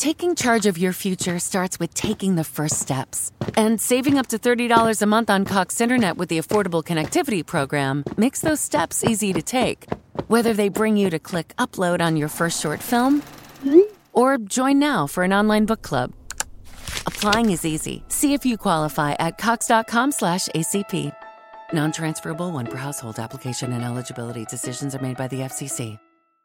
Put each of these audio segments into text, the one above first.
Taking charge of your future starts with taking the first steps. And saving up to $30 a month on Cox Internet with the Affordable Connectivity Program makes those steps easy to take. Whether they bring you to click upload on your first short film or join now for an online book club. Applying is easy. See if you qualify at cox.com/ACP. Non-transferable one per household. Application and eligibility decisions are made by the FCC.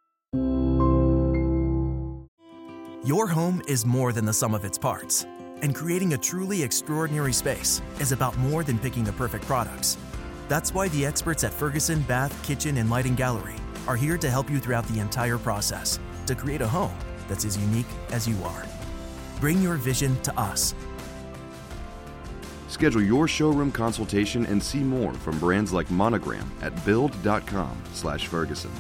Your home is more than the sum of its parts. And creating a truly extraordinary space is about more than picking the perfect products. That's why the experts at Ferguson Bath, Kitchen, and Lighting Gallery are here to help you throughout the entire process to create a home that's as unique as you are. Bring your vision to us. Schedule your showroom consultation and see more from brands like Monogram at build.com/Ferguson.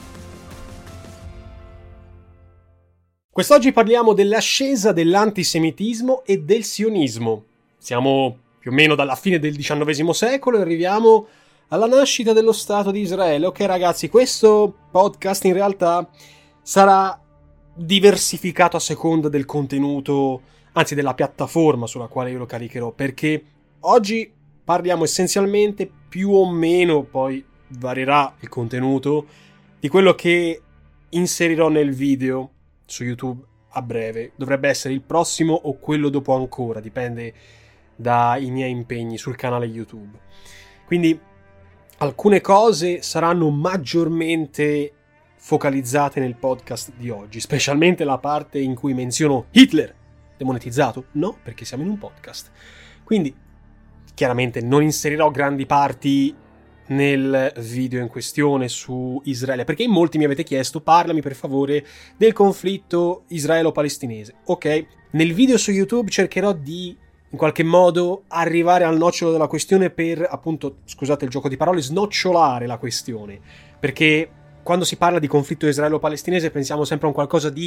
Quest'oggi parliamo dell'ascesa dell'antisemitismo e del sionismo. Siamo più o meno dalla fine del XIX secolo e arriviamo alla nascita dello Stato di Israele. Ok ragazzi, questo podcast in realtà sarà diversificato a seconda del contenuto, anzi della piattaforma sulla quale io lo caricherò, perché oggi parliamo essenzialmente, più o meno, poi varierà il contenuto, di quello che inserirò nel video su YouTube a breve. Dovrebbe essere il prossimo o quello dopo ancora, dipende dai miei impegni sul canale YouTube. Quindi alcune cose saranno maggiormente focalizzate nel podcast di oggi, specialmente la parte in cui menziono Hitler. Demonetizzato? No, perché siamo in un podcast. Quindi chiaramente non inserirò grandi parti nel video in questione su Israele, perché in molti mi avete chiesto: parlami per favore del conflitto israelo-palestinese. Ok, nel video su YouTube cercherò di in qualche modo arrivare al nocciolo della questione per, appunto, scusate il gioco di parole, snocciolare la questione, perché quando si parla di conflitto israelo-palestinese pensiamo sempre a un qualcosa di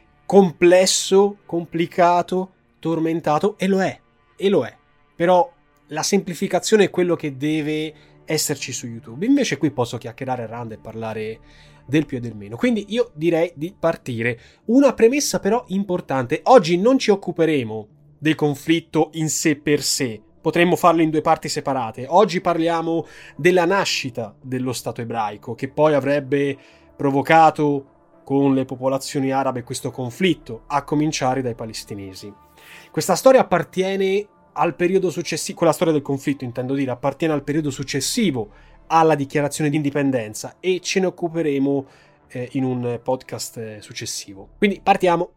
complesso, complicato, tormentato, e lo è, però la semplificazione è quello che deve esserci su YouTube. Invece qui posso chiacchierare a random e parlare del più e del meno. Quindi io direi di partire. Una premessa però importante: oggi non ci occuperemo del conflitto in sé per sé, potremmo farlo in due parti separate. Oggi parliamo della nascita dello Stato ebraico, che poi avrebbe provocato con le popolazioni arabe questo conflitto, a cominciare dai palestinesi. Questa storia appartiene al periodo successivo, quella storia del conflitto intendo dire, appartiene al periodo successivo alla dichiarazione di indipendenza, e ce ne occuperemo in un podcast successivo. Quindi partiamo.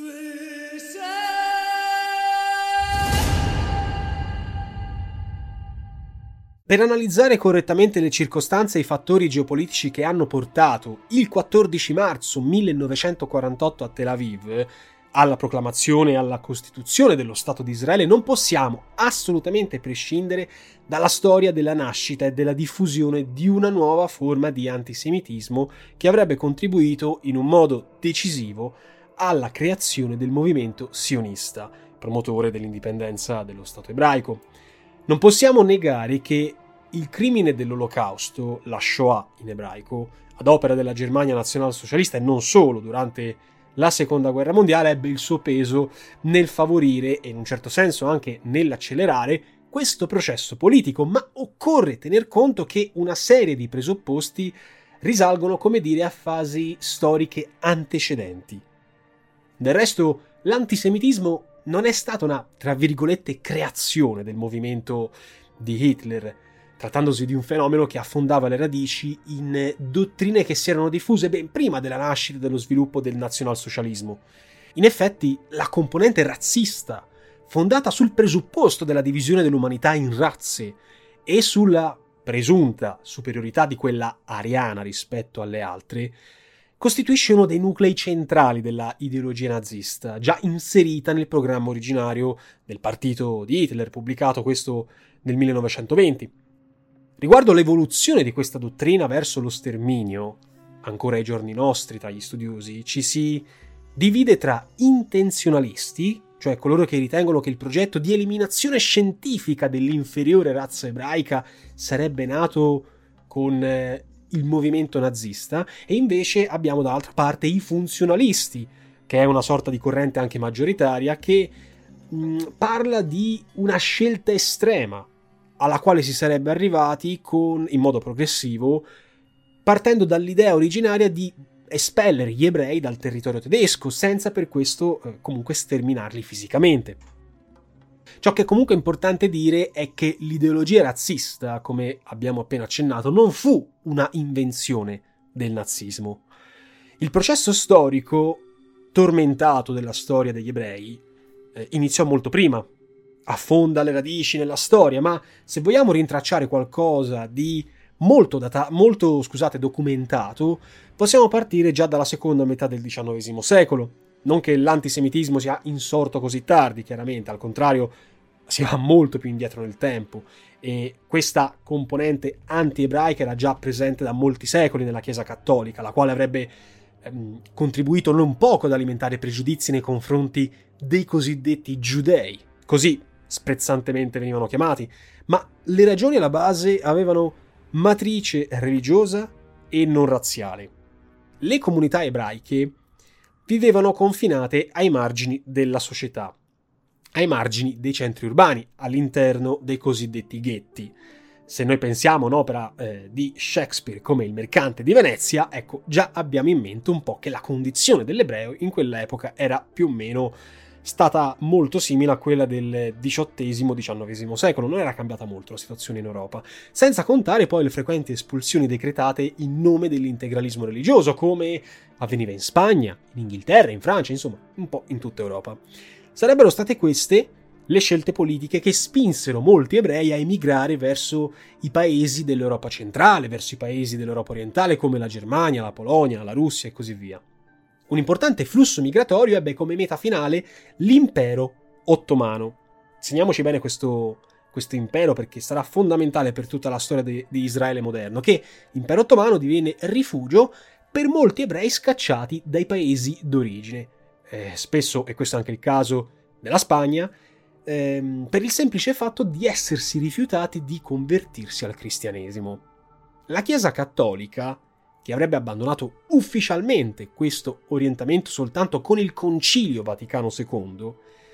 Per analizzare correttamente le circostanze e i fattori geopolitici che hanno portato il 14 marzo 1948 a Tel Aviv alla proclamazione e alla costituzione dello Stato di Israele, non possiamo assolutamente prescindere dalla storia della nascita e della diffusione di una nuova forma di antisemitismo che avrebbe contribuito in un modo decisivo alla creazione del movimento sionista, promotore dell'indipendenza dello Stato ebraico. Non possiamo negare che il crimine dell'Olocausto, la Shoah in ebraico, ad opera della Germania nazionalsocialista e non solo, durante la Seconda Guerra Mondiale, ebbe il suo peso nel favorire e in un certo senso anche nell'accelerare questo processo politico, ma occorre tener conto che una serie di presupposti risalgono, come dire, a fasi storiche antecedenti. Del resto, l'antisemitismo non è stata una, tra virgolette, creazione del movimento di Hitler, trattandosi di un fenomeno che affondava le radici in dottrine che si erano diffuse ben prima della nascita e dello sviluppo del nazionalsocialismo. In effetti, la componente razzista, fondata sul presupposto della divisione dell'umanità in razze e sulla presunta superiorità di quella ariana rispetto alle altre, costituisce uno dei nuclei centrali della ideologia nazista, già inserita nel programma originario del partito di Hitler, pubblicato questo nel 1920. Riguardo l'evoluzione di questa dottrina verso lo sterminio, ancora ai giorni nostri tra gli studiosi, ci si divide tra intenzionalisti, cioè coloro che ritengono che il progetto di eliminazione scientifica dell'inferiore razza ebraica sarebbe nato con il movimento nazista, e invece abbiamo dall'altra parte i funzionalisti, che è una sorta di corrente anche maggioritaria, che parla di una scelta estrema alla quale si sarebbe arrivati in modo progressivo, partendo dall'idea originaria di espellere gli ebrei dal territorio tedesco, senza per questo comunque sterminarli fisicamente. Ciò che è comunque importante dire è che l'ideologia razzista, come abbiamo appena accennato, non fu una invenzione del nazismo. Il processo storico tormentato della storia degli ebrei iniziò molto prima, affonda le radici nella storia, ma se vogliamo rintracciare qualcosa di molto documentato, possiamo partire già dalla seconda metà del XIX secolo. Non che l'antisemitismo sia insorto così tardi, chiaramente, al contrario, si va molto più indietro nel tempo, e questa componente anti-ebraica era già presente da molti secoli nella Chiesa cattolica, la quale avrebbe contribuito non poco ad alimentare pregiudizi nei confronti dei cosiddetti giudei, così sprezzantemente venivano chiamati, ma le ragioni alla base avevano matrice religiosa e non razziale. Le comunità ebraiche vivevano confinate ai margini della società, ai margini dei centri urbani, all'interno dei cosiddetti ghetti. Se noi pensiamo a un'opera di Shakespeare come Il mercante di Venezia, ecco, già abbiamo in mente un po' che la condizione dell'ebreo in quell'epoca era più o meno stata molto simile a quella del XVIII-XIX secolo, non era cambiata molto la situazione in Europa, senza contare poi le frequenti espulsioni decretate in nome dell'integralismo religioso, come avveniva in Spagna, in Inghilterra, in Francia, insomma, un po' in tutta Europa. Sarebbero state queste le scelte politiche che spinsero molti ebrei a emigrare verso i paesi dell'Europa centrale, verso i paesi dell'Europa orientale come la Germania, la Polonia, la Russia e così via. Un importante flusso migratorio ebbe come meta finale l'impero ottomano. Segniamoci bene questo impero, perché sarà fondamentale per tutta la storia di Israele moderno, che impero ottomano divenne rifugio per molti ebrei scacciati dai paesi d'origine. Spesso, e questo è anche il caso della Spagna, per il semplice fatto di essersi rifiutati di convertirsi al cristianesimo. La Chiesa cattolica, che avrebbe abbandonato ufficialmente questo orientamento soltanto con il Concilio Vaticano II,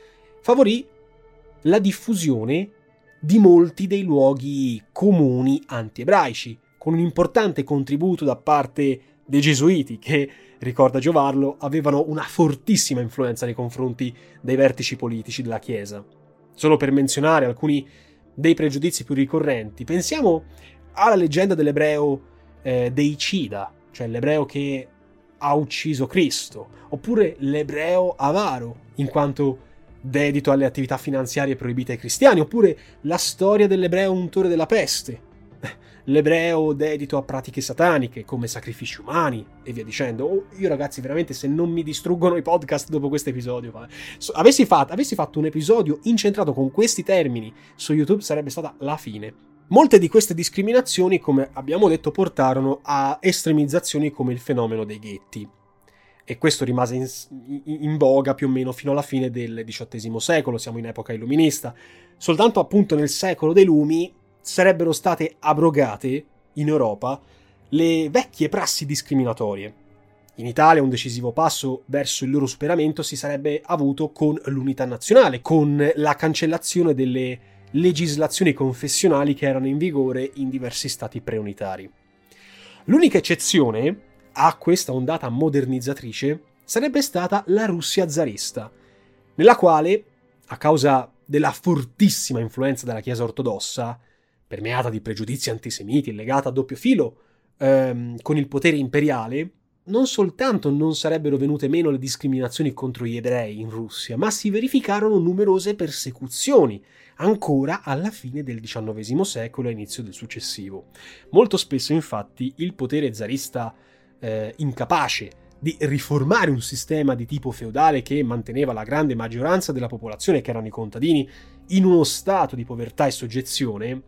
favorì la diffusione di molti dei luoghi comuni anti-ebraici, con un importante contributo da parte dei Gesuiti, che, ricorda Giovarlo, avevano una fortissima influenza nei confronti dei vertici politici della Chiesa. Solo per menzionare alcuni dei pregiudizi più ricorrenti, pensiamo alla leggenda dell'ebreo deicida, cioè l'ebreo che ha ucciso Cristo, oppure l'ebreo avaro, in quanto dedito alle attività finanziarie proibite ai cristiani, oppure la storia dell'ebreo untore della peste, l'ebreo dedito a pratiche sataniche come sacrifici umani e via dicendo. Io ragazzi, veramente, se non mi distruggono i podcast dopo questo episodio, avessi fatto un episodio incentrato con questi termini su YouTube, sarebbe stata la fine. Molte di queste discriminazioni, come abbiamo detto, portarono a estremizzazioni come il fenomeno dei ghetti, e questo rimase in voga più o meno fino alla fine del XVIII secolo, siamo in epoca illuminista. Soltanto appunto nel secolo dei lumi sarebbero state abrogate in Europa le vecchie prassi discriminatorie. In Italia un decisivo passo verso il loro superamento si sarebbe avuto con l'unità nazionale, con la cancellazione delle legislazioni confessionali che erano in vigore in diversi stati preunitari. L'unica eccezione a questa ondata modernizzatrice sarebbe stata la Russia zarista, nella quale, a causa della fortissima influenza della Chiesa ortodossa, permeata di pregiudizi antisemiti e legata a doppio filo con il potere imperiale, non soltanto non sarebbero venute meno le discriminazioni contro gli ebrei in Russia, ma si verificarono numerose persecuzioni, ancora alla fine del XIX secolo e inizio del successivo. Molto spesso, infatti, il potere zarista, incapace di riformare un sistema di tipo feudale che manteneva la grande maggioranza della popolazione, che erano i contadini, in uno stato di povertà e soggezione,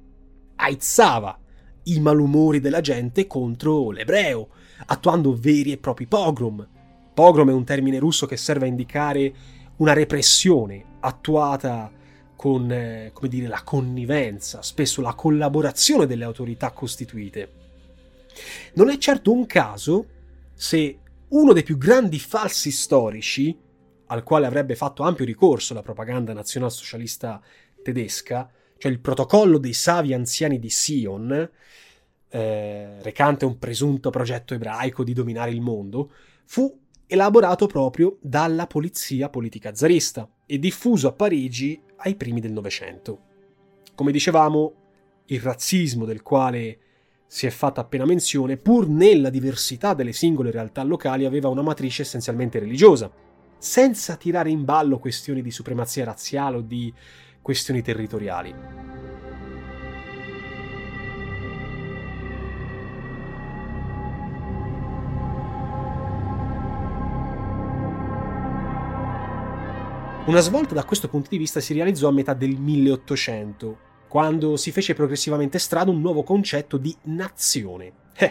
aizzava i malumori della gente contro l'ebreo, attuando veri e propri pogrom. Pogrom è un termine russo che serve a indicare una repressione attuata con, la connivenza, spesso la collaborazione delle autorità costituite. Non è certo un caso se uno dei più grandi falsi storici, al quale avrebbe fatto ampio ricorso la propaganda nazionalsocialista tedesca, cioè il protocollo dei savi anziani di Sion, recante un presunto progetto ebraico di dominare il mondo, fu elaborato proprio dalla polizia politica zarista e diffuso a Parigi ai primi del Novecento. Come dicevamo, il razzismo del quale si è fatta appena menzione, pur nella diversità delle singole realtà locali, aveva una matrice essenzialmente religiosa, senza tirare in ballo questioni di supremazia razziale o di questioni territoriali. Una svolta da questo punto di vista si realizzò a metà del 1800, quando si fece progressivamente strada un nuovo concetto di nazione.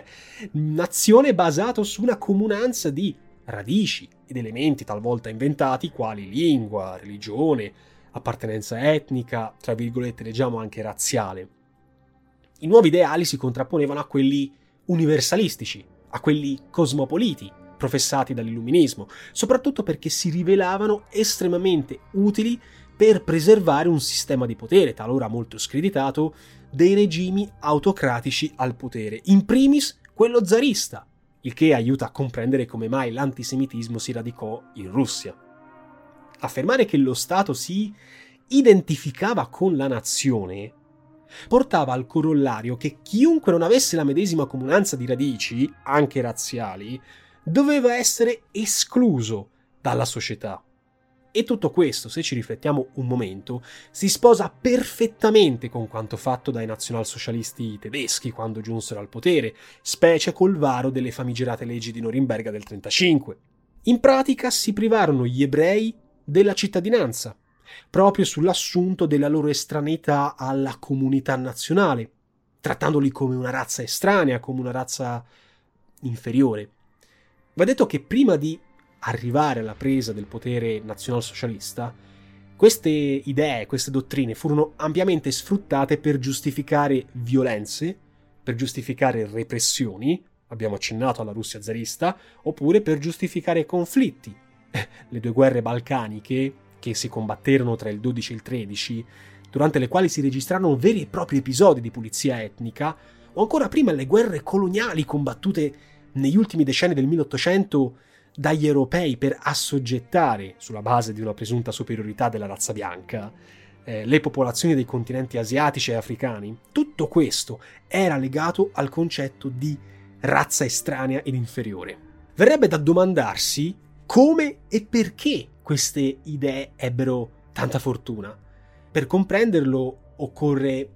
Nazione basato su una comunanza di radici ed elementi talvolta inventati, quali lingua, religione, appartenenza etnica, tra virgolette leggiamo anche razziale. I nuovi ideali si contrapponevano a quelli universalistici, a quelli cosmopoliti, professati dall'illuminismo, soprattutto perché si rivelavano estremamente utili per preservare un sistema di potere, talora molto screditato, dei regimi autocratici al potere, in primis quello zarista, il che aiuta a comprendere come mai l'antisemitismo si radicò in Russia. Affermare che lo Stato si identificava con la nazione portava al corollario che chiunque non avesse la medesima comunanza di radici, anche razziali, doveva essere escluso dalla società. E tutto questo, se ci riflettiamo un momento, si sposa perfettamente con quanto fatto dai nazionalsocialisti tedeschi quando giunsero al potere, specie col varo delle famigerate leggi di Norimberga del 1935. In pratica si privarono gli ebrei della cittadinanza, proprio sull'assunto della loro estraneità alla comunità nazionale, trattandoli come una razza estranea, come una razza inferiore. Va detto che prima di arrivare alla presa del potere nazionalsocialista, queste idee, queste dottrine furono ampiamente sfruttate per giustificare violenze, per giustificare repressioni, abbiamo accennato alla Russia zarista, oppure per giustificare conflitti. Le due guerre balcaniche, che si combatterono tra il 12 e il 13, durante le quali si registrarono veri e propri episodi di pulizia etnica, o ancora prima le guerre coloniali combattute negli ultimi decenni del 1800 dagli europei per assoggettare, sulla base di una presunta superiorità della razza bianca, le popolazioni dei continenti asiatici e africani. Tutto questo era legato al concetto di razza estranea ed inferiore. Verrebbe da domandarsi come e perché queste idee ebbero tanta fortuna. Per comprenderlo occorre,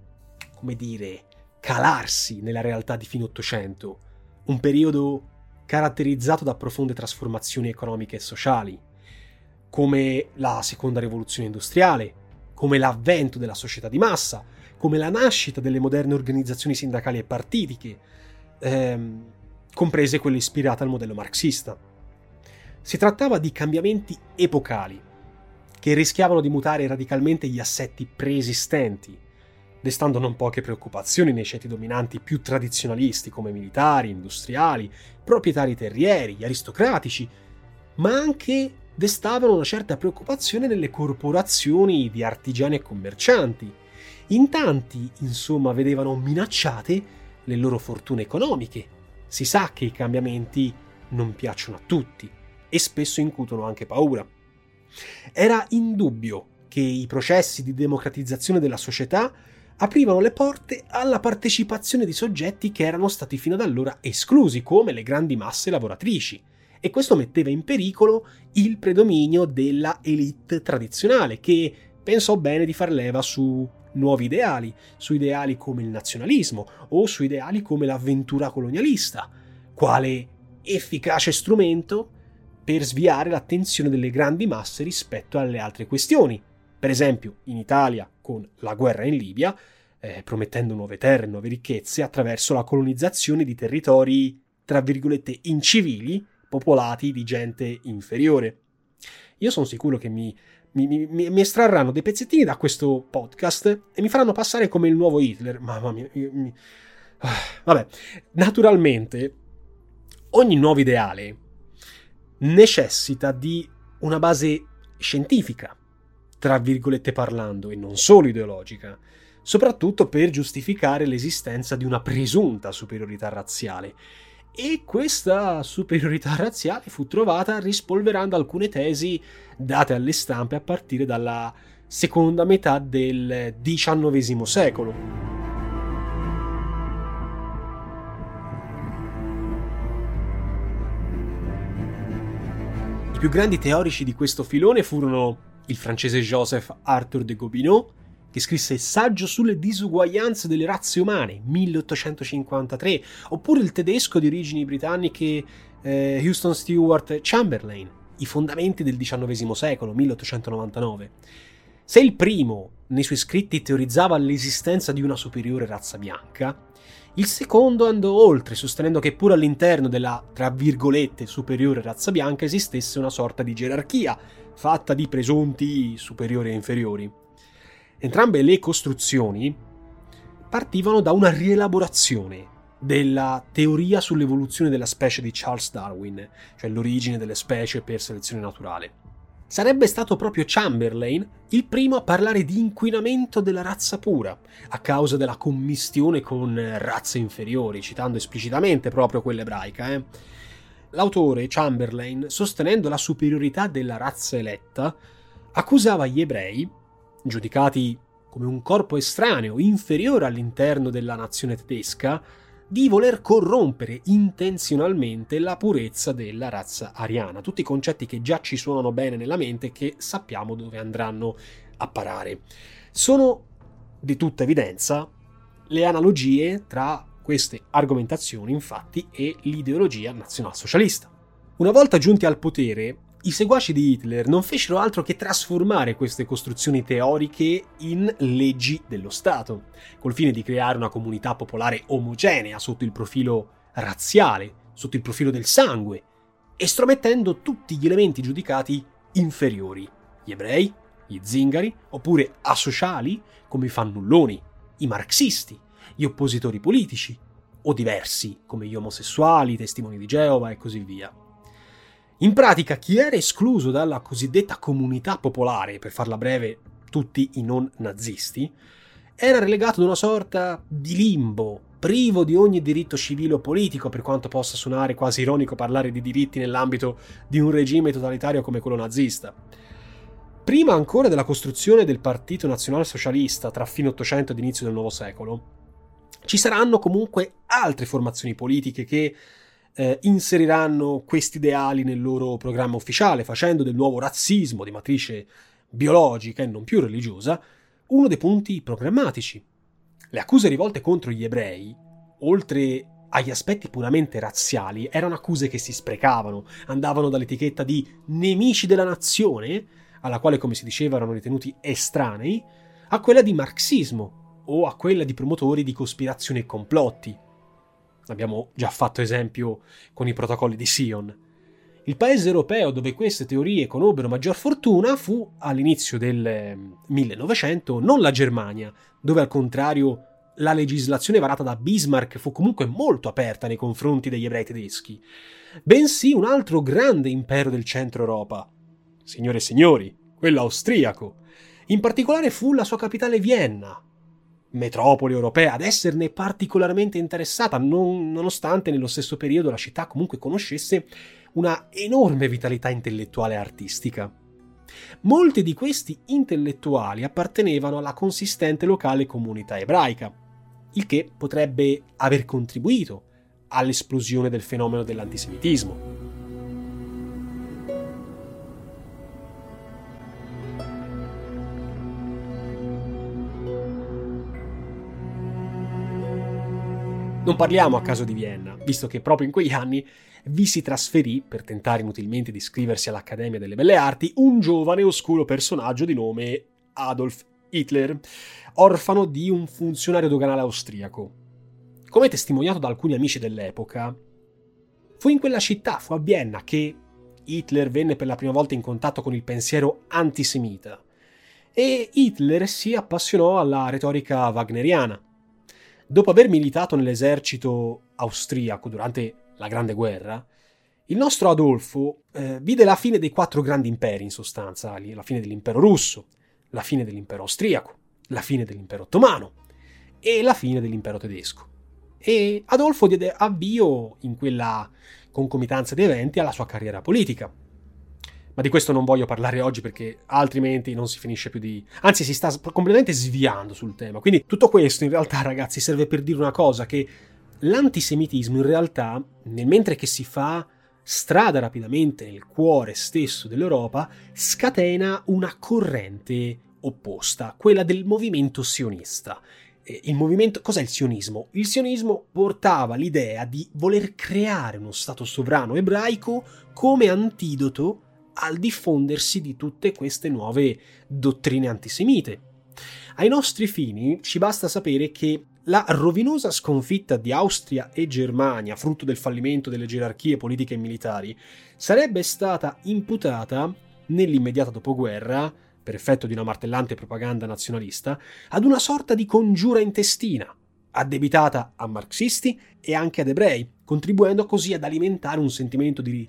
calarsi nella realtà di fine Ottocento, un periodo caratterizzato da profonde trasformazioni economiche e sociali, come la seconda rivoluzione industriale, come l'avvento della società di massa, come la nascita delle moderne organizzazioni sindacali e partitiche, comprese quelle ispirate al modello marxista. Si trattava di cambiamenti epocali, che rischiavano di mutare radicalmente gli assetti preesistenti, destando non poche preoccupazioni nei ceti dominanti più tradizionalisti come militari, industriali, proprietari terrieri, gli aristocratici, ma anche destavano una certa preoccupazione nelle corporazioni di artigiani e commercianti. In tanti, insomma, vedevano minacciate le loro fortune economiche. Si sa che i cambiamenti non piacciono a tutti e spesso incutono anche paura. Era indubbio che i processi di democratizzazione della società aprivano le porte alla partecipazione di soggetti che erano stati fino ad allora esclusi, come le grandi masse lavoratrici, e questo metteva in pericolo il predominio della élite tradizionale, che pensò bene di far leva su nuovi ideali, su ideali come il nazionalismo o su ideali come l'avventura colonialista, quale efficace strumento per sviare l'attenzione delle grandi masse rispetto alle altre questioni. Per esempio, in Italia con la guerra in Libia, promettendo nuove terre e nuove ricchezze attraverso la colonizzazione di territori, tra virgolette, incivili, popolati di gente inferiore. Io sono sicuro che mi estrarranno dei pezzettini da questo podcast e mi faranno passare come il nuovo Hitler. Mamma mia. Vabbè, naturalmente, ogni nuovo ideale necessita di una base scientifica, tra virgolette parlando, e non solo ideologica, soprattutto per giustificare l'esistenza di una presunta superiorità razziale. E questa superiorità razziale fu trovata rispolverando alcune tesi date alle stampe a partire dalla seconda metà del XIX secolo. I più grandi teorici di questo filone furono il francese Joseph Arthur de Gobineau, che scrisse il saggio sulle disuguaglianze delle razze umane, 1853, oppure il tedesco di origini britanniche Houston Stewart Chamberlain, I fondamenti del XIX secolo, 1899. Se il primo, nei suoi scritti, teorizzava l'esistenza di una superiore razza bianca, il secondo andò oltre, sostenendo che pure all'interno della, tra virgolette, superiore razza bianca esistesse una sorta di gerarchia, fatta di presunti superiori e inferiori. Entrambe le costruzioni partivano da una rielaborazione della teoria sull'evoluzione della specie di Charles Darwin, cioè l'origine delle specie per selezione naturale. Sarebbe stato proprio Chamberlain il primo a parlare di inquinamento della razza pura, a causa della commistione con razze inferiori, citando esplicitamente proprio quella ebraica. L'autore, Chamberlain, sostenendo la superiorità della razza eletta, accusava gli ebrei, giudicati come un corpo estraneo inferiore all'interno della nazione tedesca, di voler corrompere intenzionalmente la purezza della razza ariana. Tutti concetti che già ci suonano bene nella mente e che sappiamo dove andranno a parare. Sono di tutta evidenza le analogie tra queste argomentazioni, infatti, e l'ideologia nazionalsocialista. Una volta giunti al potere, i seguaci di Hitler non fecero altro che trasformare queste costruzioni teoriche in leggi dello Stato, col fine di creare una comunità popolare omogenea sotto il profilo razziale, sotto il profilo del sangue, estromettendo tutti gli elementi giudicati inferiori, gli ebrei, gli zingari, oppure asociali come i fannulloni, i marxisti, gli oppositori politici, o diversi come gli omosessuali, i testimoni di Geova e così via. In pratica, chi era escluso dalla cosiddetta comunità popolare, per farla breve, tutti i non nazisti, era relegato ad una sorta di limbo, privo di ogni diritto civile o politico, per quanto possa suonare quasi ironico parlare di diritti nell'ambito di un regime totalitario come quello nazista. Prima ancora della costruzione del Partito Nazionalsocialista tra fine Ottocento ed inizio del nuovo secolo, ci saranno comunque altre formazioni politiche che inseriranno questi ideali nel loro programma ufficiale, facendo del nuovo razzismo di matrice biologica e non più religiosa uno dei punti programmatici. Le accuse rivolte contro gli ebrei, oltre agli aspetti puramente razziali, erano accuse che si sprecavano, andavano dall'etichetta di nemici della nazione, alla quale, come si diceva, erano ritenuti estranei, a quella di marxismo o a quella di promotori di cospirazioni e complotti. Abbiamo già fatto esempio con i protocolli di Sion. Il paese europeo dove queste teorie conobbero maggior fortuna fu, all'inizio del 1900, non la Germania, dove al contrario la legislazione varata da Bismarck fu comunque molto aperta nei confronti degli ebrei tedeschi, bensì un altro grande impero del centro Europa. Signore e signori, quello austriaco. In particolare fu la sua capitale Vienna, metropoli europea, ad esserne particolarmente interessata, nonostante nello stesso periodo la città comunque conoscesse una enorme vitalità intellettuale e artistica. Molti di questi intellettuali appartenevano alla consistente locale comunità ebraica, il che potrebbe aver contribuito all'esplosione del fenomeno dell'antisemitismo. Non parliamo a caso di Vienna, visto che proprio in quegli anni vi si trasferì, per tentare inutilmente di iscriversi all'Accademia delle Belle Arti, un giovane oscuro personaggio di nome Adolf Hitler, orfano di un funzionario doganale austriaco. Come testimoniato da alcuni amici dell'epoca, fu in quella città, fu a Vienna, che Hitler venne per la prima volta in contatto con il pensiero antisemita e Hitler si appassionò alla retorica wagneriana. Dopo aver militato nell'esercito austriaco durante la Grande Guerra, Il nostro Adolfo vide la fine dei 4 grandi imperi, in sostanza, la fine dell'impero russo, la fine dell'impero austriaco, la fine dell'impero ottomano e la fine dell'impero tedesco. E Adolfo diede avvio, in quella concomitanza di eventi, alla sua carriera politica. Ma di questo non voglio parlare oggi perché altrimenti non si finisce più di... Anzi, si sta completamente sviando sul tema. Quindi tutto questo in realtà, ragazzi, serve per dire una cosa, che l'antisemitismo in realtà, nel mentre che si fa strada rapidamente nel cuore stesso dell'Europa, scatena una corrente opposta, quella del movimento sionista. Il movimento, cos'è il sionismo? Il sionismo portava l'idea di voler creare uno stato sovrano ebraico come antidoto al diffondersi di tutte queste nuove dottrine antisemite. Ai nostri fini ci basta sapere che la rovinosa sconfitta di Austria e Germania, frutto del fallimento delle gerarchie politiche e militari, sarebbe stata imputata nell'immediato dopoguerra, per effetto di una martellante propaganda nazionalista, ad una sorta di congiura intestina, addebitata a marxisti e anche ad ebrei, contribuendo così ad alimentare un sentimento di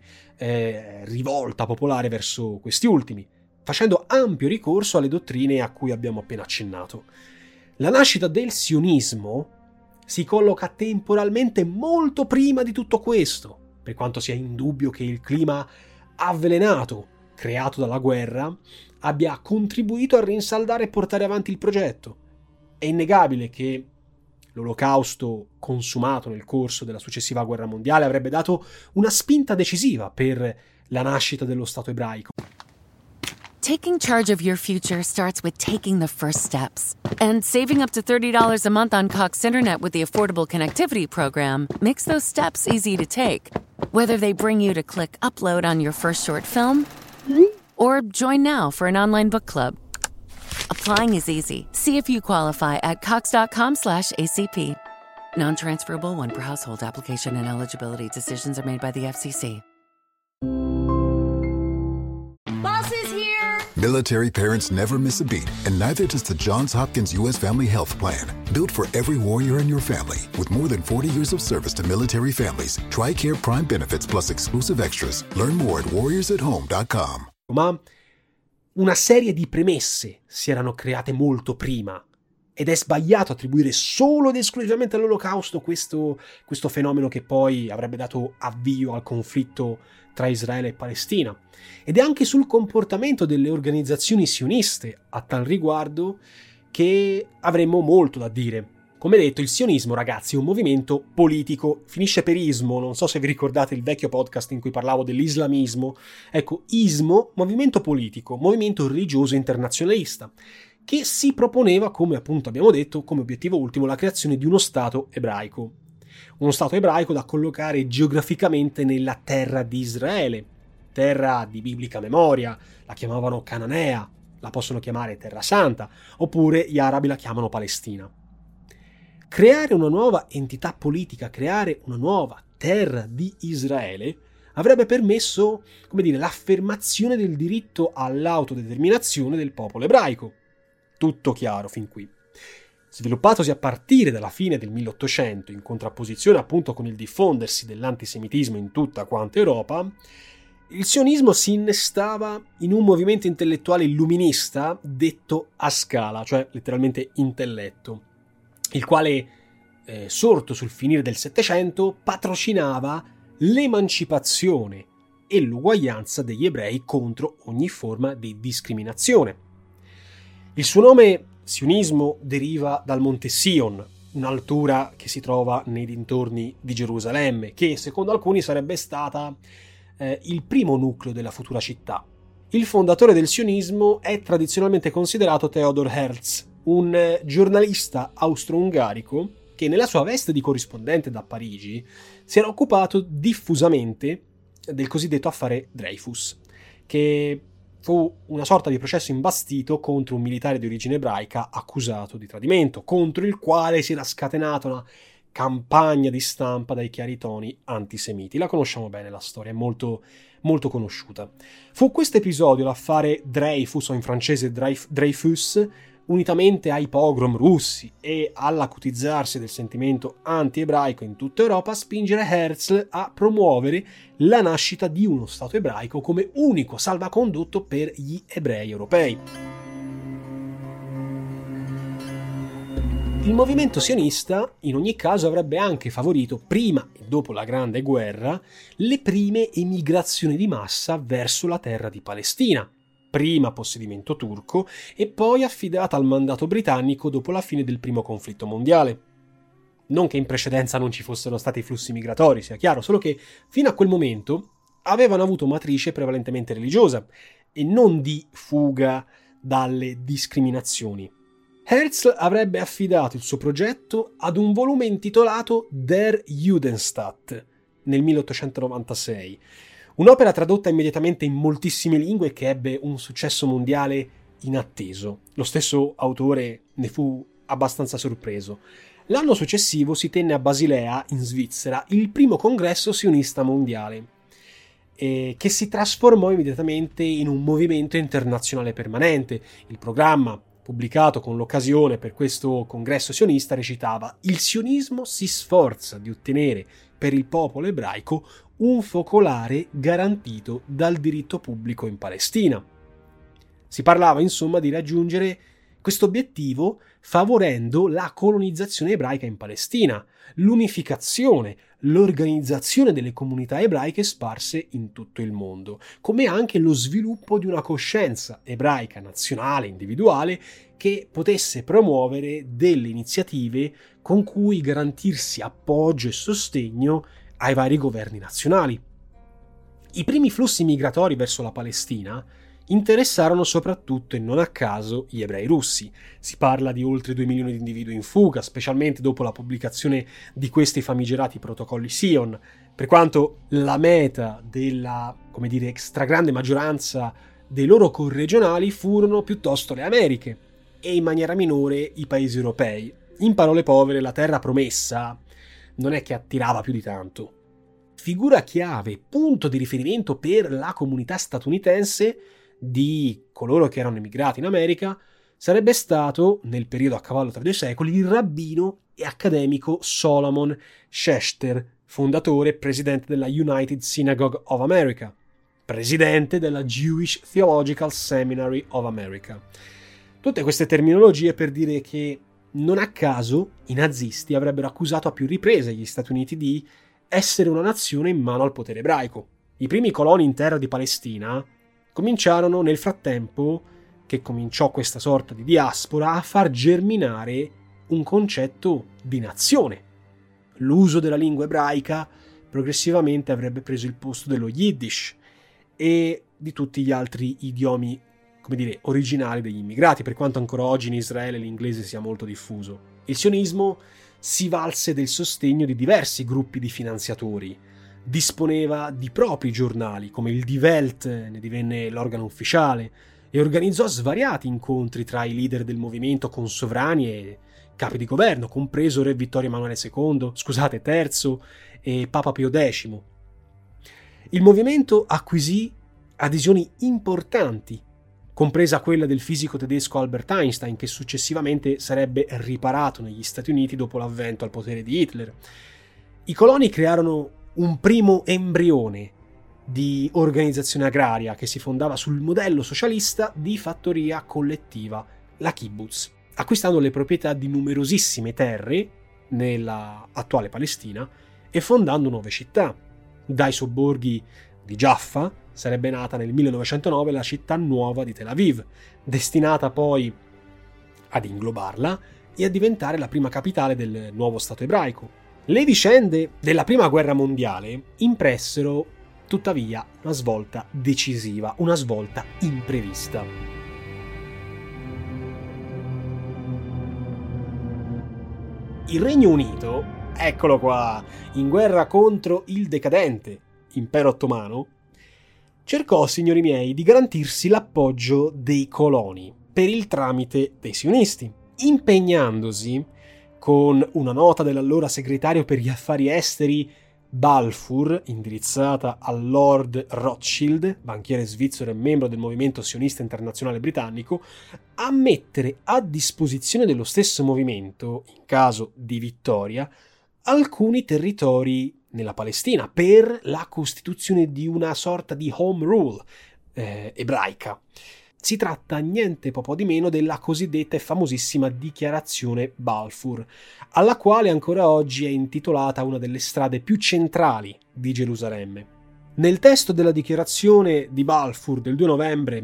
rivolta popolare verso questi ultimi, facendo ampio ricorso alle dottrine a cui abbiamo appena accennato. La nascita del sionismo si colloca temporalmente molto prima di tutto questo, per quanto sia indubbio che il clima avvelenato creato dalla guerra abbia contribuito a rinsaldare e portare avanti il progetto. È innegabile che l'olocausto consumato nel corso della successiva guerra mondiale avrebbe dato una spinta decisiva per la nascita dello Stato ebraico. Taking charge of your future starts with taking the first steps. And saving up to $30 a month on Cox Internet with the Affordable Connectivity Program makes those steps easy to take. Whether they bring you to click upload on your first short film or join now for an online book club. Applying is easy. See if you qualify at cox.com/ACP. Non-transferable one per household application and eligibility decisions are made by the FCC. Boss is here! Military parents never miss a beat, and neither does the Johns Hopkins U.S. Family Health Plan. Built for every warrior in your family, with more than 40 years of service to military families. TRICARE Prime benefits plus exclusive extras. Learn more at warriorsathome.com. Ma una serie di premesse si erano create molto prima, ed è sbagliato attribuire solo ed esclusivamente all'Olocausto questo fenomeno che poi avrebbe dato avvio al conflitto tra Israele e Palestina. Ed è anche sul comportamento delle organizzazioni sioniste a tal riguardo che avremmo molto da dire. Come detto, il sionismo, ragazzi, è un movimento politico, finisce per ismo, non so se vi ricordate il vecchio podcast in cui parlavo dell'islamismo. Ecco, ismo, movimento politico, movimento religioso internazionalista, che si proponeva, come appunto abbiamo detto, come obiettivo ultimo la creazione di uno Stato ebraico. Uno Stato ebraico da collocare geograficamente nella terra di Israele, terra di biblica memoria, la chiamavano Cananea, la possono chiamare Terra Santa, oppure gli arabi la chiamano Palestina. Creare una nuova entità politica, creare una nuova terra di Israele avrebbe permesso, come dire, l'affermazione del diritto all'autodeterminazione del popolo ebraico. Tutto chiaro fin qui. Sviluppatosi a partire dalla fine del 1800, in contrapposizione appunto con il diffondersi dell'antisemitismo in tutta quanta Europa, il sionismo si innestava in un movimento intellettuale illuminista detto a scala, cioè letteralmente intelletto, il quale, sorto sul finire del Settecento, patrocinava l'emancipazione e l'uguaglianza degli ebrei contro ogni forma di discriminazione. Il suo nome, sionismo, deriva dal Monte Sion, un'altura che si trova nei dintorni di Gerusalemme, che secondo alcuni sarebbe stata il primo nucleo della futura città. Il fondatore del sionismo è tradizionalmente considerato Theodor Herzl, un giornalista austro-ungarico che nella sua veste di corrispondente da Parigi si era occupato diffusamente del cosiddetto affare Dreyfus, che fu una sorta di processo imbastito contro un militare di origine ebraica accusato di tradimento, contro il quale si era scatenata una campagna di stampa dai chiari toni antisemiti. La conosciamo bene la storia, è molto, molto conosciuta. Fu questo episodio, l'affare Dreyfus, o in francese Dreyfus, unitamente ai pogrom russi e all'acutizzarsi del sentimento anti-ebraico in tutta Europa, spingere Herzl a promuovere la nascita di uno Stato ebraico come unico salvacondotto per gli ebrei europei. Il movimento sionista, in ogni caso, avrebbe anche favorito, prima e dopo la Grande Guerra, le prime emigrazioni di massa verso la terra di Palestina, prima possedimento turco e poi affidata al mandato britannico dopo la fine del primo conflitto mondiale. Non che in precedenza non ci fossero stati flussi migratori, sia chiaro, solo che fino a quel momento avevano avuto matrice prevalentemente religiosa e non di fuga dalle discriminazioni. Herzl avrebbe affidato il suo progetto ad un volume intitolato Der Judenstaat nel 1896, un'opera tradotta immediatamente in moltissime lingue che ebbe un successo mondiale inatteso. Lo stesso autore ne fu abbastanza sorpreso. L'anno successivo si tenne a Basilea, in Svizzera, il primo congresso sionista mondiale, che si trasformò immediatamente in un movimento internazionale permanente. Il programma pubblicato con l'occasione per questo congresso sionista recitava: il sionismo si sforza di ottenere per il popolo ebraico un focolare garantito dal diritto pubblico in Palestina. Si parlava insomma di raggiungere questo obiettivo favorendo la colonizzazione ebraica in Palestina, l'unificazione, l'organizzazione delle comunità ebraiche sparse in tutto il mondo, come anche lo sviluppo di una coscienza ebraica nazionale, individuale, che potesse promuovere delle iniziative con cui garantirsi appoggio e sostegno ai vari governi nazionali. I primi flussi migratori verso la Palestina interessarono soprattutto e non a caso gli ebrei russi. Si parla di oltre 2 milioni di individui in fuga, specialmente dopo la pubblicazione di questi famigerati protocolli Sion, per quanto la meta della, stragrande maggioranza dei loro corregionali furono piuttosto le Americhe e in maniera minore i paesi europei. In parole povere, la terra promessa non è che attirava più di tanto. Figura chiave, punto di riferimento per la comunità statunitense di coloro che erano emigrati in America, sarebbe stato, nel periodo a cavallo tra 2 secoli, il rabbino e accademico Solomon Schechter, fondatore e presidente della United Synagogue of America, presidente della Jewish Theological Seminary of America. Tutte queste terminologie per dire che non a caso i nazisti avrebbero accusato a più riprese gli Stati Uniti di essere una nazione in mano al potere ebraico. I primi coloni in terra di Palestina cominciarono nel frattempo che cominciò questa sorta di diaspora a far germinare un concetto di nazione. L'uso della lingua ebraica progressivamente avrebbe preso il posto dello Yiddish e di tutti gli altri idiomi, originali degli immigrati, per quanto ancora oggi in Israele l'inglese sia molto diffuso. Il sionismo si valse del sostegno di diversi gruppi di finanziatori, disponeva di propri giornali, come il Die Welt ne divenne l'organo ufficiale, e organizzò svariati incontri tra i leader del movimento con sovrani e capi di governo, compreso Re Vittorio Emanuele III e Papa Pio X. Il movimento acquisì adesioni importanti, compresa quella del fisico tedesco Albert Einstein, che successivamente sarebbe riparato negli Stati Uniti dopo l'avvento al potere di Hitler. I coloni crearono un primo embrione di organizzazione agraria che si fondava sul modello socialista di fattoria collettiva, la kibbutz, acquistando le proprietà di numerosissime terre nella attuale Palestina e fondando nuove città. Dai sobborghi di Jaffa sarebbe nata nel 1909 la città nuova di Tel Aviv, destinata poi ad inglobarla e a diventare la prima capitale del nuovo Stato ebraico. Le vicende della Prima Guerra Mondiale impressero tuttavia una svolta decisiva, una svolta imprevista. Il Regno Unito, eccolo qua, in guerra contro il decadente Impero Ottomano, cercò, signori miei, di garantirsi l'appoggio dei coloni per il tramite dei sionisti, impegnandosi con una nota dell'allora segretario per gli affari esteri Balfour, indirizzata al Lord Rothschild, banchiere svizzero e membro del movimento sionista internazionale britannico, a mettere a disposizione dello stesso movimento, in caso di vittoria, alcuni territori nella Palestina per la costituzione di una sorta di home rule ebraica. Si tratta niente po' di meno della cosiddetta e famosissima dichiarazione Balfour, alla quale ancora oggi è intitolata una delle strade più centrali di Gerusalemme. Nel testo della dichiarazione di Balfour del 2 novembre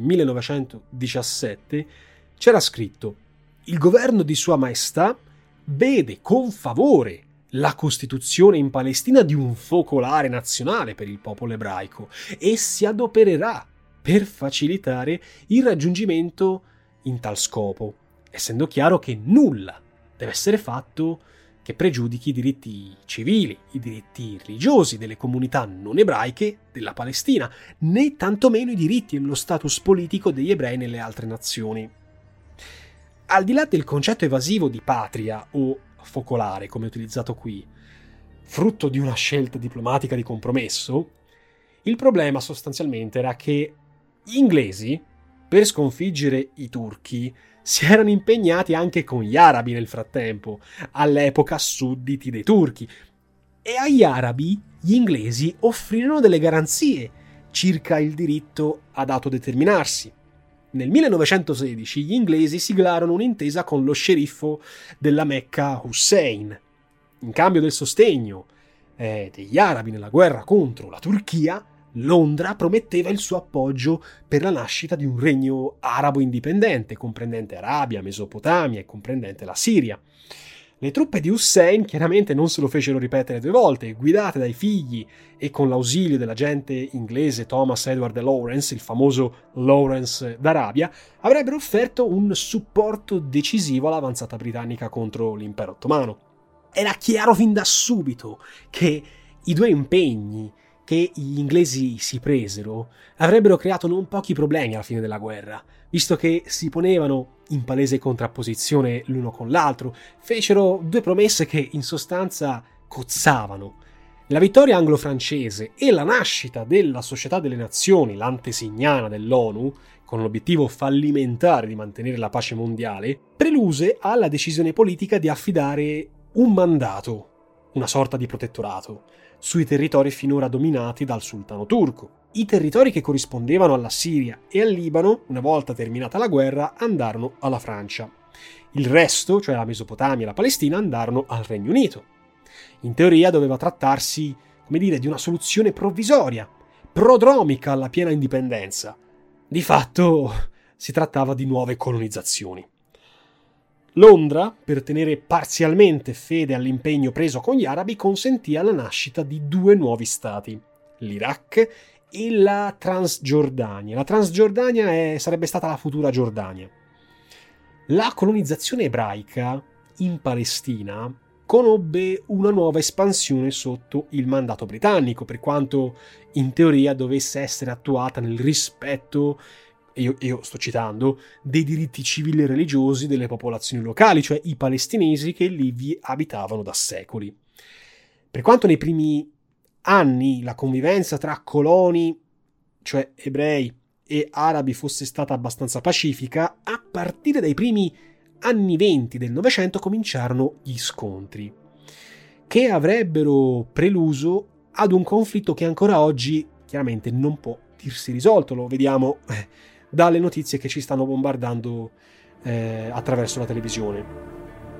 1917 c'era scritto: «Il governo di Sua Maestà vede con favore la costituzione in Palestina di un focolare nazionale per il popolo ebraico e si adopererà per facilitare il raggiungimento in tal scopo, essendo chiaro che nulla deve essere fatto che pregiudichi i diritti civili, i diritti religiosi delle comunità non ebraiche della Palestina, né tantomeno i diritti e lo status politico degli ebrei nelle altre nazioni». Al di là del concetto evasivo di patria o focolare, come utilizzato qui, frutto di una scelta diplomatica di compromesso, il problema sostanzialmente era che gli inglesi, per sconfiggere i turchi, si erano impegnati anche con gli arabi nel frattempo, all'epoca sudditi dei turchi, e agli arabi gli inglesi offrirono delle garanzie circa il diritto ad autodeterminarsi. Nel 1916 gli inglesi siglarono un'intesa con lo sceriffo della Mecca Hussein. In cambio del sostegno degli arabi nella guerra contro la Turchia, Londra prometteva il suo appoggio per la nascita di un regno arabo indipendente, comprendente Arabia, Mesopotamia e comprendente la Siria. Le truppe di Hussein chiaramente non se lo fecero ripetere 2 volte, guidate dai figli e con l'ausilio dell'agente inglese Thomas Edward Lawrence, il famoso Lawrence d'Arabia, avrebbero offerto un supporto decisivo all'avanzata britannica contro l'impero ottomano. Era chiaro fin da subito che i 2 impegni che gli inglesi si presero avrebbero creato non pochi problemi alla fine della guerra, visto che si ponevano in palese contrapposizione l'uno con l'altro, fecero 2 promesse che in sostanza cozzavano. La vittoria anglo-francese e la nascita della Società delle Nazioni, l'antesignana dell'ONU, con l'obiettivo fallimentare di mantenere la pace mondiale, preluse alla decisione politica di affidare un mandato, una sorta di protettorato, sui territori finora dominati dal sultano turco. I territori che corrispondevano alla Siria e al Libano, una volta terminata la guerra, andarono alla Francia. Il resto, cioè la Mesopotamia e la Palestina, andarono al Regno Unito. In teoria doveva trattarsi, di una soluzione provvisoria, prodromica alla piena indipendenza. Di fatto si trattava di nuove colonizzazioni. Londra, per tenere parzialmente fede all'impegno preso con gli arabi, consentì la nascita di 2 nuovi stati, l'Iraq e la Transgiordania. La Transgiordania sarebbe stata la futura Giordania. La colonizzazione ebraica in Palestina conobbe una nuova espansione sotto il mandato britannico, per quanto in teoria dovesse essere attuata nel rispetto, io sto citando, dei diritti civili e religiosi delle popolazioni locali, cioè i palestinesi che lì vi abitavano da secoli. Per quanto nei primi anni la convivenza tra coloni, cioè ebrei e arabi, fosse stata abbastanza pacifica, a partire dai primi anni 20 del Novecento cominciarono gli scontri, che avrebbero preluso ad un conflitto che ancora oggi chiaramente non può dirsi risolto. Lo vediamo dalle notizie che ci stanno bombardando attraverso la televisione.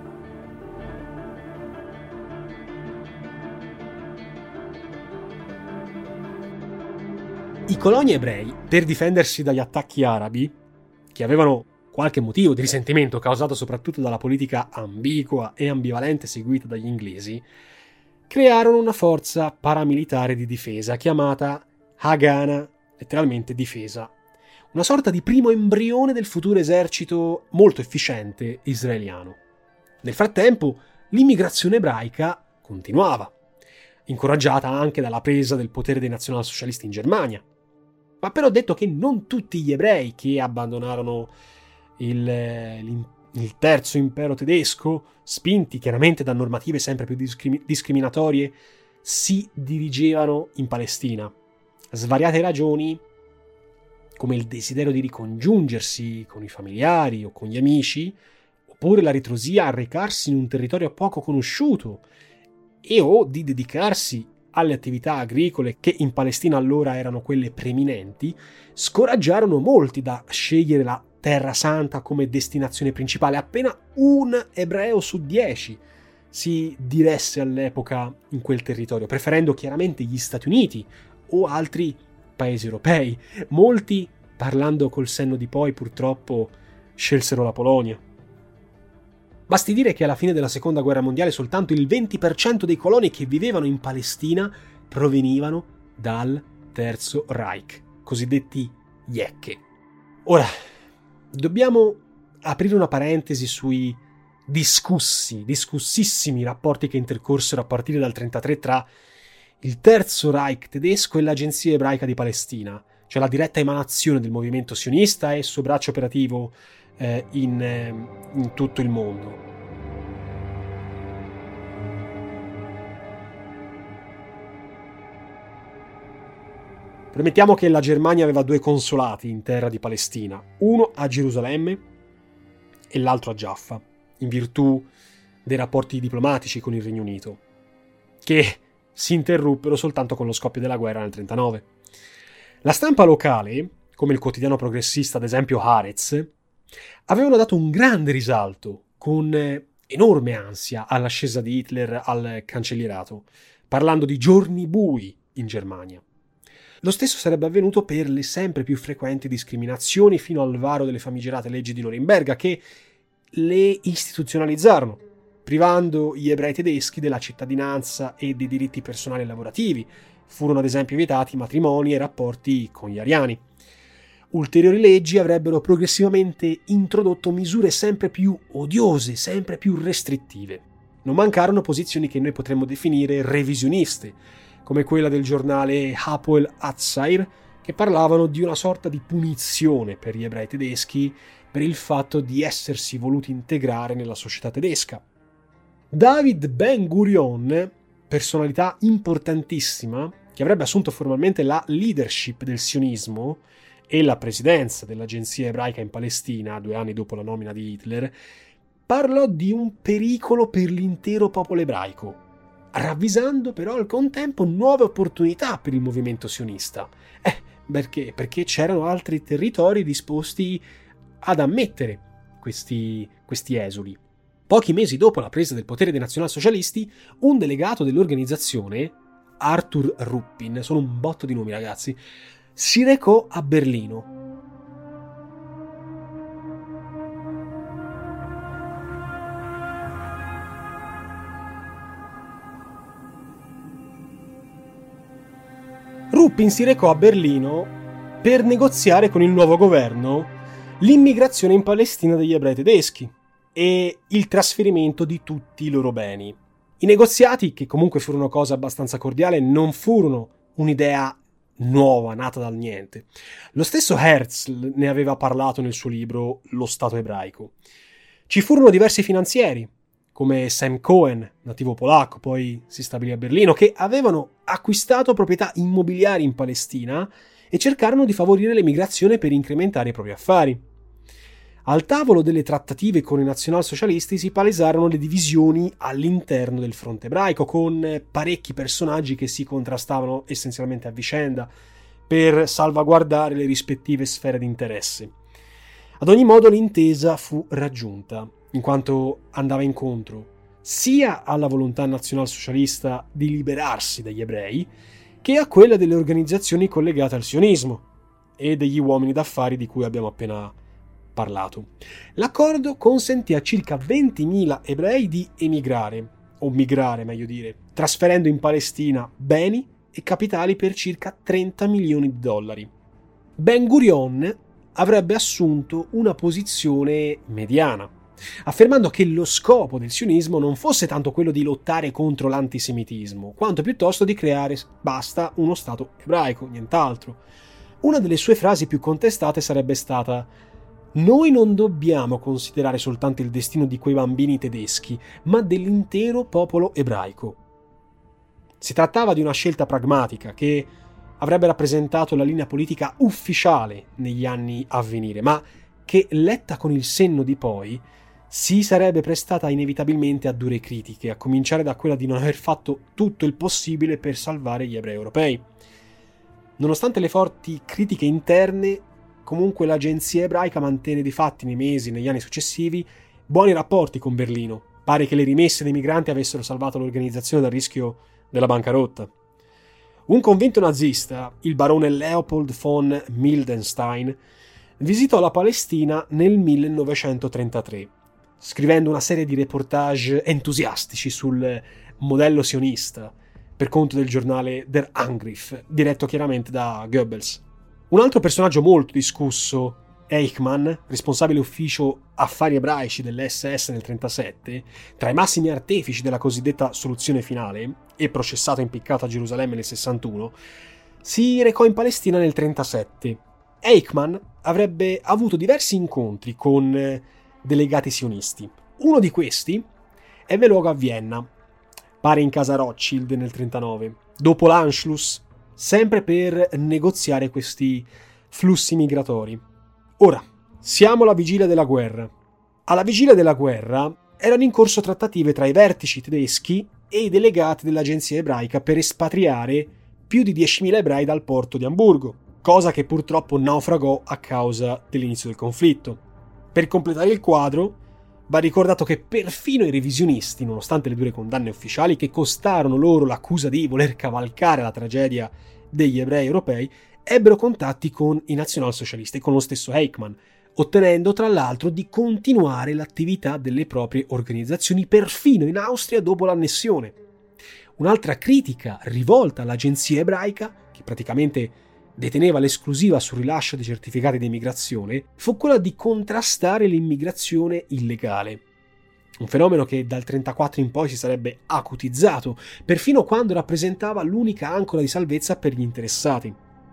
I coloni ebrei, per difendersi dagli attacchi arabi, che avevano qualche motivo di risentimento causato soprattutto dalla politica ambigua e ambivalente seguita dagli inglesi, crearono una forza paramilitare di difesa chiamata Haganah, letteralmente difesa, una sorta di primo embrione del futuro esercito molto efficiente israeliano. Nel frattempo, l'immigrazione ebraica continuava, incoraggiata anche dalla presa del potere dei nazionalsocialisti in Germania. Va però detto che non tutti gli ebrei che abbandonarono il terzo impero tedesco, spinti chiaramente da normative sempre più discriminatorie, si dirigevano in Palestina. Svariate ragioni, come il desiderio di ricongiungersi con i familiari o con gli amici, oppure la ritrosia a recarsi in un territorio poco conosciuto e o di dedicarsi alle attività agricole che in Palestina allora erano quelle preminenti, scoraggiarono molti da scegliere la Terra Santa come destinazione principale. Appena un ebreo su 10 si diresse all'epoca in quel territorio, preferendo chiaramente gli Stati Uniti o altri paesi europei. Molti, parlando col senno di poi, purtroppo scelsero la Polonia. Basti dire che alla fine della Seconda Guerra Mondiale soltanto il 20% dei coloni che vivevano in Palestina provenivano dal Terzo Reich, cosiddetti Yecche. Ora, dobbiamo aprire una parentesi sui discussissimi rapporti che intercorsero a partire dal 1933 tra il Terzo Reich tedesco e l'Agenzia Ebraica di Palestina, cioè la diretta emanazione del movimento sionista e il suo braccio operativo in tutto il mondo. Premettiamo che la Germania aveva 2 consolati in terra di Palestina, uno a Gerusalemme e l'altro a Jaffa, in virtù dei rapporti diplomatici con il Regno Unito, che si interruppero soltanto con lo scoppio della guerra nel 1939. La stampa locale, come il quotidiano progressista ad esempio Haaretz, avevano dato un grande risalto, con enorme ansia, all'ascesa di Hitler al cancellierato, parlando di giorni bui in Germania. Lo stesso sarebbe avvenuto per le sempre più frequenti discriminazioni fino al varo delle famigerate leggi di Norimberga, che le istituzionalizzarono, privando gli ebrei tedeschi della cittadinanza e dei diritti personali e lavorativi. Furono ad esempio vietati matrimoni e rapporti con gli ariani. Ulteriori leggi avrebbero progressivamente introdotto misure sempre più odiose, sempre più restrittive. Non mancarono posizioni che noi potremmo definire revisioniste, come quella del giornale Hapoel Hatzair, che parlavano di una sorta di punizione per gli ebrei tedeschi per il fatto di essersi voluti integrare nella società tedesca. David Ben Gurion, personalità importantissima, che avrebbe assunto formalmente la leadership del sionismo e la presidenza dell'Agenzia Ebraica in Palestina 2 anni dopo la nomina di Hitler, parlò di un pericolo per l'intero popolo ebraico, ravvisando però al contempo nuove opportunità per il movimento sionista. Perché? Perché c'erano altri territori disposti ad ammettere questi esuli. Pochi mesi dopo la presa del potere dei nazionalsocialisti, un delegato dell'organizzazione, Arthur Ruppin, sono un botto di nomi ragazzi, si recò a Berlino. Ruppin si recò a Berlino per negoziare con il nuovo governo l'immigrazione in Palestina degli ebrei tedeschi e il trasferimento di tutti i loro beni. I negoziati, che comunque furono cosa abbastanza cordiale, non furono un'idea nuova, nata dal niente. Lo stesso Herzl ne aveva parlato nel suo libro Lo Stato ebraico. Ci furono diversi finanzieri, come Sam Cohen, nativo polacco, poi si stabilì a Berlino, che avevano acquistato proprietà immobiliari in Palestina e cercarono di favorire l'emigrazione per incrementare i propri affari. Al tavolo delle trattative con i nazionalsocialisti si palesarono le divisioni all'interno del fronte ebraico, con parecchi personaggi che si contrastavano essenzialmente a vicenda per salvaguardare le rispettive sfere di interesse. Ad ogni modo l'intesa fu raggiunta, in quanto andava incontro sia alla volontà nazionalsocialista di liberarsi dagli ebrei, che a quella delle organizzazioni collegate al sionismo e degli uomini d'affari di cui abbiamo appena parlato. L'accordo consentì a circa 20.000 ebrei di emigrare, o migrare meglio dire, trasferendo in Palestina beni e capitali per circa 30 milioni di dollari. Ben Gurion avrebbe assunto una posizione mediana, affermando che lo scopo del sionismo non fosse tanto quello di lottare contro l'antisemitismo, quanto piuttosto di creare basta uno Stato ebraico, nient'altro. Una delle sue frasi più contestate sarebbe stata: «Noi non dobbiamo considerare soltanto il destino di quei bambini tedeschi, ma dell'intero popolo ebraico». Si trattava di una scelta pragmatica che avrebbe rappresentato la linea politica ufficiale negli anni a venire, ma che, letta con il senno di poi, si sarebbe prestata inevitabilmente a dure critiche, a cominciare da quella di non aver fatto tutto il possibile per salvare gli ebrei europei. Nonostante le forti critiche interne, comunque l'agenzia ebraica mantenne di fatti nei mesi e negli anni successivi buoni rapporti con Berlino. Pare che le rimesse dei migranti avessero salvato l'organizzazione dal rischio della bancarotta. Un convinto nazista, il barone Leopold von Mildenstein, visitò la Palestina nel 1933, scrivendo una serie di reportage entusiastici sul modello sionista per conto del giornale Der Angriff, diretto chiaramente da Goebbels. Un altro personaggio molto discusso, Eichmann, responsabile ufficio affari ebraici dell'SS nel 1937, tra i massimi artefici della cosiddetta soluzione finale e processato e impiccato a Gerusalemme nel 1961, si recò in Palestina nel 1937. Eichmann avrebbe avuto diversi incontri con delegati sionisti. Uno di questi ebbe luogo a Vienna, pare in casa Rothschild nel 1939, dopo l'Anschluss, sempre per negoziare questi flussi migratori. Ora, siamo alla vigilia della guerra. Alla vigilia della guerra erano in corso trattative tra i vertici tedeschi e i delegati dell'agenzia ebraica per espatriare più di 10.000 ebrei dal porto di Amburgo, cosa che purtroppo naufragò a causa dell'inizio del conflitto. Per completare il quadro, va ricordato che perfino i revisionisti, nonostante le dure condanne ufficiali che costarono loro l'accusa di voler cavalcare la tragedia degli ebrei europei, ebbero contatti con i nazionalsocialisti e con lo stesso Eichmann, ottenendo tra l'altro di continuare l'attività delle proprie organizzazioni perfino in Austria dopo l'annessione. Un'altra critica rivolta all'agenzia ebraica, che praticamente deteneva l'esclusiva sul rilascio dei certificati di immigrazione, fu quella di contrastare l'immigrazione illegale. Un fenomeno che dal 1934 in poi si sarebbe acutizzato, perfino quando rappresentava l'unica ancora di salvezza per gli interessati.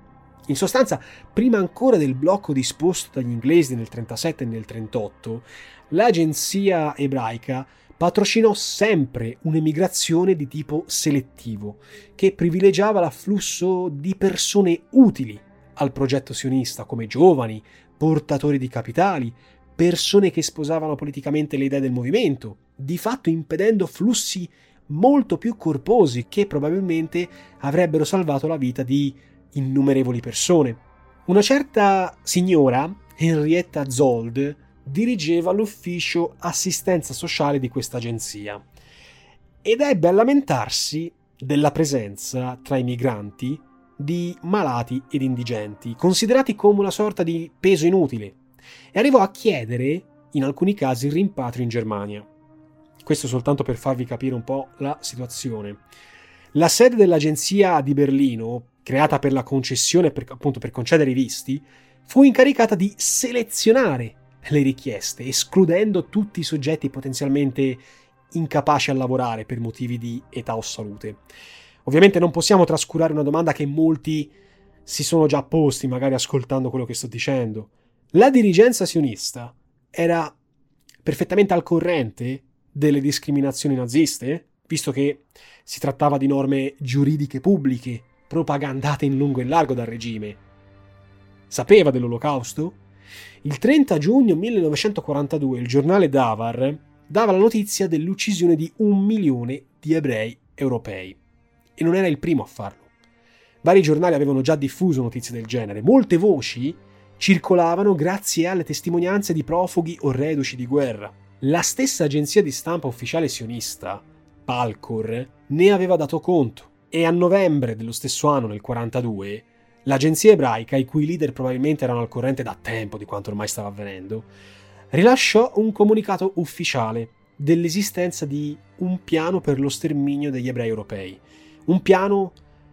In sostanza, prima ancora del blocco disposto dagli inglesi nel 1937 e nel 1938, l'agenzia ebraica patrocinò sempre un'emigrazione di tipo selettivo, che privilegiava l'afflusso di persone utili al progetto sionista, come giovani, portatori di capitali, persone che sposavano politicamente le idee del movimento, di fatto impedendo flussi molto più corposi che probabilmente avrebbero salvato la vita di innumerevoli persone. Una certa signora, Henrietta Zold, dirigeva l'ufficio assistenza sociale di questa agenzia ed ebbe a lamentarsi della presenza tra i migranti di malati ed indigenti, considerati come una sorta di peso inutile, e arrivò a chiedere, in alcuni casi, il rimpatrio in Germania. Questo soltanto per farvi capire un po' la situazione. La sede dell'agenzia di Berlino, creata per la concessione, per concedere i visti, fu incaricata di selezionare le richieste, escludendo tutti i soggetti potenzialmente incapaci a lavorare per motivi di età o salute. Ovviamente non possiamo trascurare una domanda che molti si sono già posti, magari ascoltando quello che sto dicendo. La dirigenza sionista era perfettamente al corrente delle discriminazioni naziste, visto che si trattava di norme giuridiche pubbliche propagandate in lungo e in largo dal regime. Sapeva dell'Olocausto? Il 30 giugno 1942 il giornale Davar dava la notizia dell'uccisione di 1 milione di ebrei europei. E non era il primo a farlo. Vari giornali avevano già diffuso notizie del genere. Molte voci circolavano grazie alle testimonianze di profughi o reduci di guerra. La stessa agenzia di stampa ufficiale sionista, Palkor, ne aveva dato conto. E a novembre dello stesso anno, nel 1942, l'agenzia ebraica, i cui leader probabilmente erano al corrente da tempo di quanto ormai stava avvenendo, rilasciò un comunicato ufficiale dell'esistenza di un piano per lo sterminio degli ebrei europei. Un piano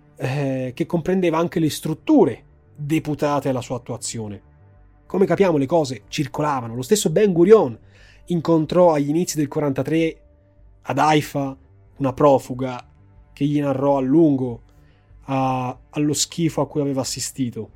che comprendeva anche le strutture deputate alla sua attuazione. Come capiamo, le cose circolavano. Lo stesso Ben Gurion incontrò agli inizi del 1943 ad Haifa una profuga che gli narrò a lungo allo schifo a cui aveva assistito.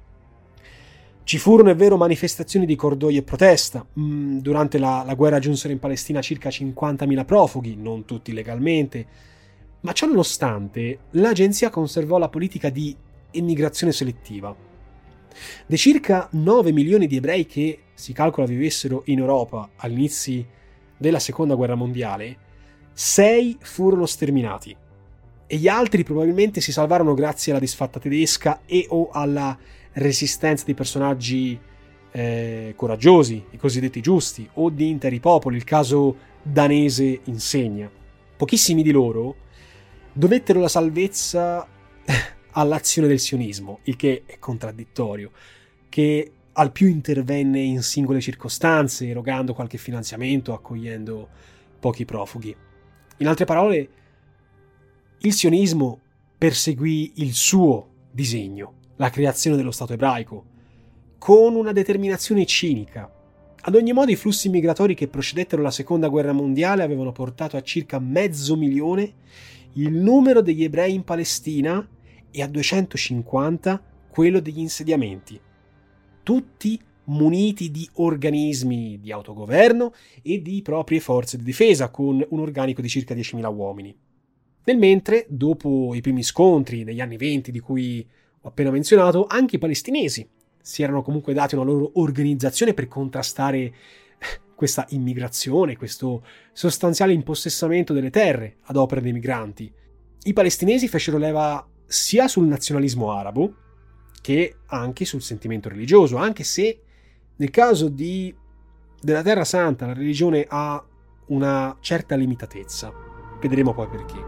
Ci furono, è vero, manifestazioni di cordoglio e protesta. Durante la guerra giunsero in Palestina circa 50.000 profughi, non tutti legalmente, Ma ciò nonostante, l'agenzia conservò la politica di immigrazione selettiva. Dei circa 9 milioni di ebrei che si calcola vivessero in Europa all'inizio della Seconda Guerra Mondiale, 6 furono sterminati e gli altri probabilmente si salvarono grazie alla disfatta tedesca e o alla resistenza di personaggi coraggiosi, i cosiddetti giusti, o di interi popoli. Il caso danese insegna. Pochissimi di loro dovettero la salvezza all'azione del sionismo, il che è contraddittorio, che al più intervenne in singole circostanze, erogando qualche finanziamento, accogliendo pochi profughi. In altre parole, il sionismo perseguì il suo disegno, la creazione dello Stato ebraico, con una determinazione cinica. Ad ogni modo, i flussi migratori che precedettero la Seconda Guerra Mondiale avevano portato a circa 500.000 il numero degli ebrei in Palestina e a 250 quello degli insediamenti, tutti muniti di organismi di autogoverno e di proprie forze di difesa, con un organico di circa 10.000 uomini. Nel mentre, dopo i primi scontri degli anni 20 di cui ho appena menzionato, anche i palestinesi si erano comunque dati una loro organizzazione per contrastare questa immigrazione, questo sostanziale impossessamento delle terre ad opera dei migranti. I palestinesi fecero leva sia sul nazionalismo arabo che anche sul sentimento religioso, anche se nel caso della Terra Santa la religione ha una certa limitatezza. Vedremo poi perché.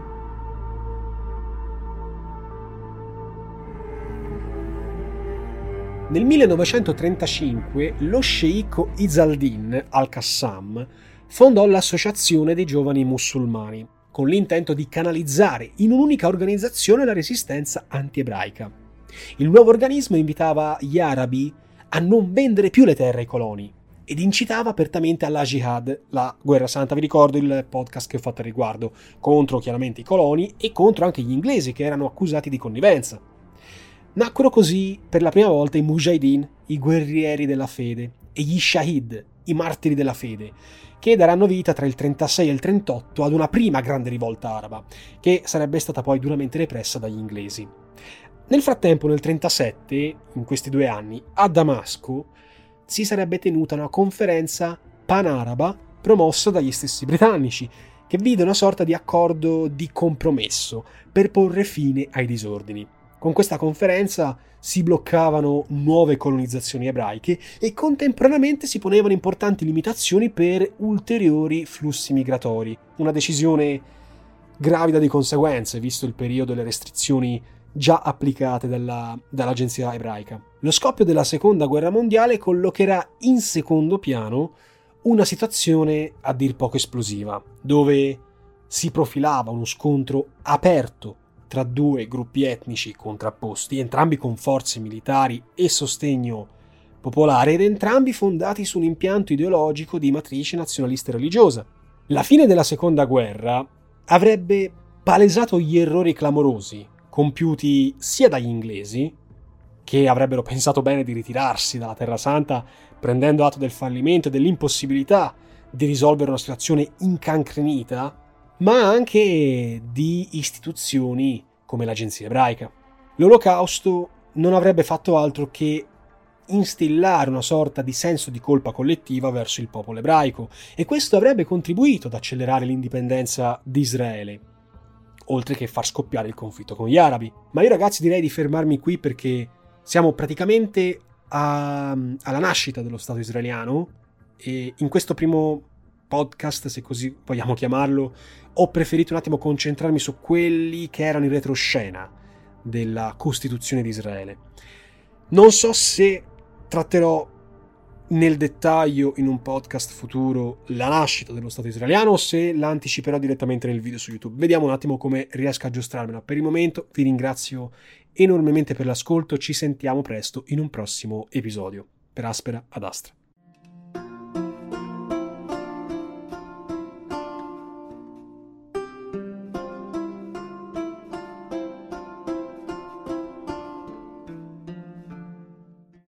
Nel 1935 lo sceicco Izz-al-Din al-Qassam fondò l'Associazione dei Giovani Musulmani, con l'intento di canalizzare in un'unica organizzazione la resistenza anti-ebraica. Il nuovo organismo invitava gli arabi a non vendere più le terre ai coloni ed incitava apertamente alla jihad, la guerra santa. Vi ricordo il podcast che ho fatto al riguardo, contro chiaramente i coloni e contro anche gli inglesi che erano accusati di connivenza. Nacquero così per la prima volta i Mujahideen, i guerrieri della fede, e gli Shahid, i martiri della fede, che daranno vita tra il 36 e il 38 ad una prima grande rivolta araba, che sarebbe stata poi duramente repressa dagli inglesi. Nel frattempo, nel 37, in questi 2 anni, a Damasco, si sarebbe tenuta una conferenza panaraba promossa dagli stessi britannici, che vide una sorta di accordo di compromesso per porre fine ai disordini. Con questa conferenza si bloccavano nuove colonizzazioni ebraiche e contemporaneamente si ponevano importanti limitazioni per ulteriori flussi migratori. Una decisione gravida di conseguenze, visto il periodo e le restrizioni già applicate dall'agenzia ebraica. Lo scoppio della Seconda Guerra Mondiale collocherà in secondo piano una situazione a dir poco esplosiva, dove si profilava uno scontro aperto tra 2 gruppi etnici contrapposti, entrambi con forze militari e sostegno popolare ed entrambi fondati su un impianto ideologico di matrice nazionalista e religiosa. La fine della Seconda Guerra avrebbe palesato gli errori clamorosi compiuti sia dagli inglesi, che avrebbero pensato bene di ritirarsi dalla Terra Santa prendendo atto del fallimento e dell'impossibilità di risolvere una situazione incancrenita, ma anche di istituzioni come l'agenzia ebraica. L'Olocausto non avrebbe fatto altro che instillare una sorta di senso di colpa collettiva verso il popolo ebraico, e questo avrebbe contribuito ad accelerare l'indipendenza di Israele, oltre che far scoppiare il conflitto con gli arabi. Ma io, ragazzi, direi di fermarmi qui perché siamo praticamente alla nascita dello Stato israeliano, e in questo primo podcast, se così vogliamo chiamarlo, ho preferito un attimo concentrarmi su quelli che erano in retroscena della Costituzione di Israele. Non so se tratterò nel dettaglio in un podcast futuro la nascita dello Stato israeliano o se la anticiperò direttamente nel video su YouTube. Vediamo un attimo come riesco a giostrarmela. Per il momento vi ringrazio enormemente per l'ascolto, ci sentiamo presto in un prossimo episodio. Per Aspera ad Astra.